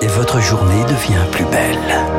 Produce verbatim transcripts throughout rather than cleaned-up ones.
et votre journée devient plus belle.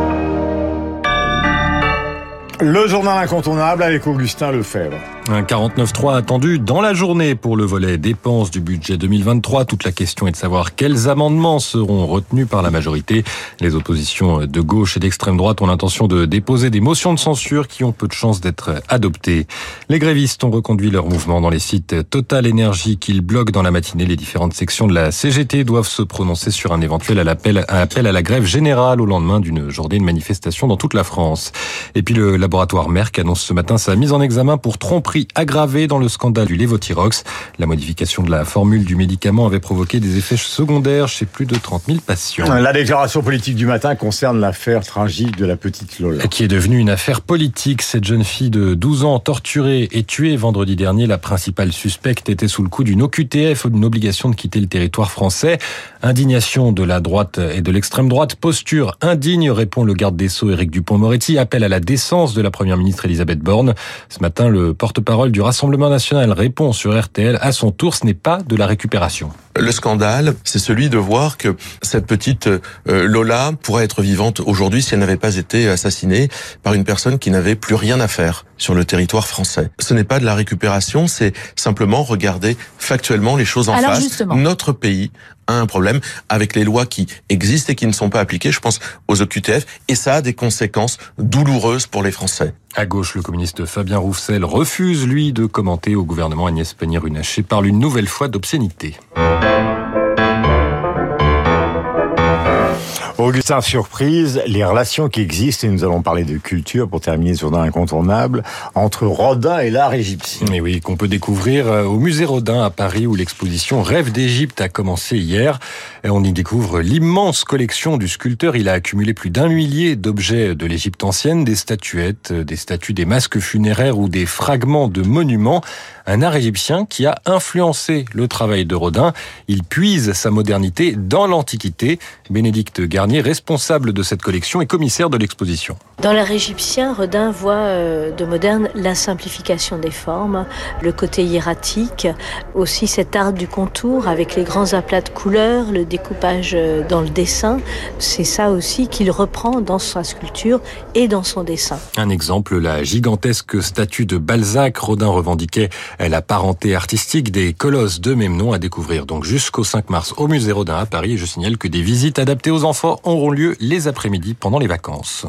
Le journal incontournable avec Augustin Lefebvre. Un quarante-neuf trois attendu dans la journée pour le volet dépenses du budget deux mille vingt-trois. Toute la question est de savoir quels amendements seront retenus par la majorité. Les oppositions de gauche et d'extrême droite ont l'intention de déposer des motions de censure qui ont peu de chances d'être adoptées. Les grévistes ont reconduit leur mouvement dans les sites Total Énergie qu'ils bloquent dans la matinée. Les différentes sections de la C G T doivent se prononcer sur un éventuel appel, un appel à la grève générale au lendemain d'une journée de manifestation dans toute la France. Et puis le laboratoire Merck annonce ce matin sa mise en examen pour tromperie aggravée dans le scandale du Levothyrox. La modification de la formule du médicament avait provoqué des effets secondaires chez plus de trente mille patients. La déclaration politique du matin concerne l'affaire tragique de la petite Lola. Qui est devenue une affaire politique. Cette jeune fille de douze ans torturée et tuée vendredi dernier. La principale suspecte était sous le coup d'une O Q T F, d'une obligation de quitter le territoire français. Indignation de la droite et de l'extrême droite. Posture indigne, répond le garde des Sceaux Éric Dupond-Moretti. Appel à la décence de la première ministre Elisabeth Borne. Ce matin, le porte-parole du Rassemblement national répond sur R T L. À son tour, ce n'est pas de la récupération. Le scandale, c'est celui de voir que cette petite euh, Lola pourrait être vivante aujourd'hui si elle n'avait pas été assassinée par une personne qui n'avait plus rien à faire sur le territoire français. Ce n'est pas de la récupération, c'est simplement regarder factuellement les choses en Alors face. Justement. Notre pays a un problème avec les lois qui existent et qui ne sont pas appliquées. Je pense aux O Q T F et ça a des conséquences douloureuses pour les Français. À gauche, le communiste Fabien Roussel refuse, lui, de commenter. Au gouvernement, Agnès Pannier-Runacher parle une nouvelle fois d'obscénité. Augustin, surprise, les relations qui existent, et nous allons parler de culture pour terminer ce journal incontournable, entre Rodin et l'art égyptien. Mais oui, qu'on peut découvrir au musée Rodin à Paris où l'exposition Rêve d'Égypte a commencé hier. Et on y découvre l'immense collection du sculpteur. Il a accumulé plus d'un millier d'objets de l'Égypte ancienne, des statuettes, des statues, des masques funéraires ou des fragments de monuments. Un art égyptien qui a influencé le travail de Rodin. Il puise sa modernité dans l'Antiquité. Bénédicte Garnier, responsable de cette collection et commissaire de l'exposition. Dans l'art égyptien, Rodin voit euh, de moderne la simplification des formes, le côté hiératique, aussi cet art du contour avec les grands aplats de couleurs, le découpage euh, dans le dessin. C'est ça aussi qu'il reprend dans sa sculpture et dans son dessin. Un exemple, la gigantesque statue de Balzac. Rodin revendiquait la parenté artistique des colosses de même nom, à découvrir donc jusqu'au cinq mars au musée Rodin à Paris. Et je signale que des visites adaptées aux enfants auront lieu les après-midi pendant les vacances.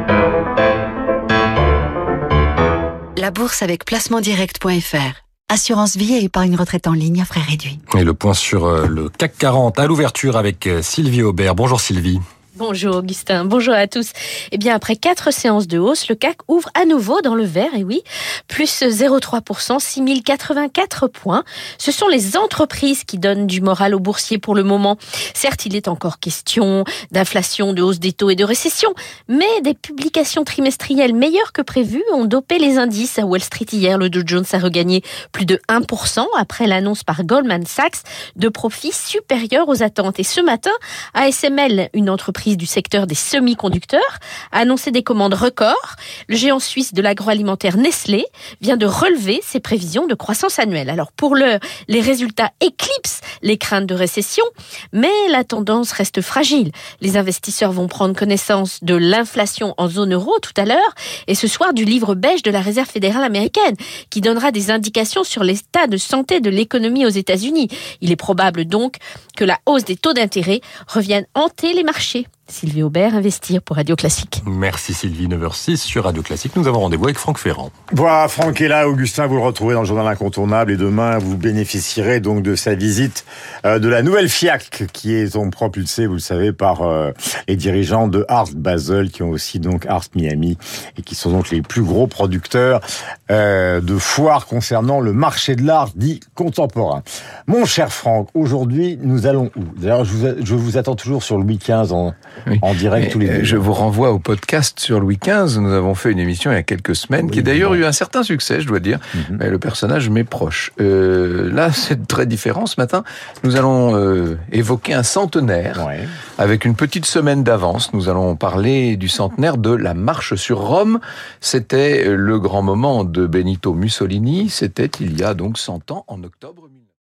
La bourse avec placement direct point f r. Assurance vie et épargne retraite en ligne à frais réduits. Et le point sur le C A C quarante à l'ouverture avec Sylvie Aubert. Bonjour Sylvie. Bonjour Augustin, bonjour à tous. Eh bien, après quatre séances de hausse, le C A C ouvre à nouveau dans le vert, et oui, plus zéro virgule trois pour cent, six mille quatre-vingt-quatre points. Ce sont les entreprises qui donnent du moral aux boursiers pour le moment. Certes, il est encore question d'inflation, de hausse des taux et de récession, mais des publications trimestrielles meilleures que prévues ont dopé les indices. À Wall Street hier, le Dow Jones a regagné plus de un pour cent après l'annonce par Goldman Sachs de profits supérieurs aux attentes. Et ce matin, A S M L, une entreprise du secteur des semi-conducteurs, a annoncé des commandes records. Le géant suisse de l'agroalimentaire Nestlé vient de relever ses prévisions de croissance annuelle. Alors pour l'heure, les résultats éclipsent les craintes de récession, mais la tendance reste fragile. Les investisseurs vont prendre connaissance de l'inflation en zone euro tout à l'heure et ce soir du livre beige de la Réserve fédérale américaine qui donnera des indications sur l'état de santé de l'économie aux États-Unis. Il est probable donc que la hausse des taux d'intérêt revienne hanter les marchés. Sylvie Aubert, Investir pour Radio Classique. Merci Sylvie, neuf heures six sur Radio Classique. Nous avons rendez-vous avec Franck Ferrand. Voilà, Franck est là. Augustin, vous le retrouvez dans le journal incontournable. Et demain, vous bénéficierez donc de sa visite euh, de la nouvelle FIAC, qui est donc propulsée, vous le savez, par euh, les dirigeants de Art Basel, qui ont aussi donc Art Miami, et qui sont donc les plus gros producteurs euh, de foires concernant le marché de l'art dit contemporain. Mon cher Franck, aujourd'hui, nous allons où? D'ailleurs, je vous, je vous attends toujours sur Louis quinze en... Oui. En direct Mais tous les deux. Je vous renvoie au podcast sur Louis quinze. Nous avons fait une émission il y a quelques semaines oui, qui a d'ailleurs eu un certain succès, je dois dire. Mm-hmm. Mais le personnage m'est proche. Euh, là, c'est très différent. Ce matin, nous allons euh, évoquer un centenaire ouais. avec une petite semaine d'avance. Nous allons parler du centenaire de la marche sur Rome. C'était le grand moment de Benito Mussolini. C'était il y a donc cent ans, en octobre mille neuf cents.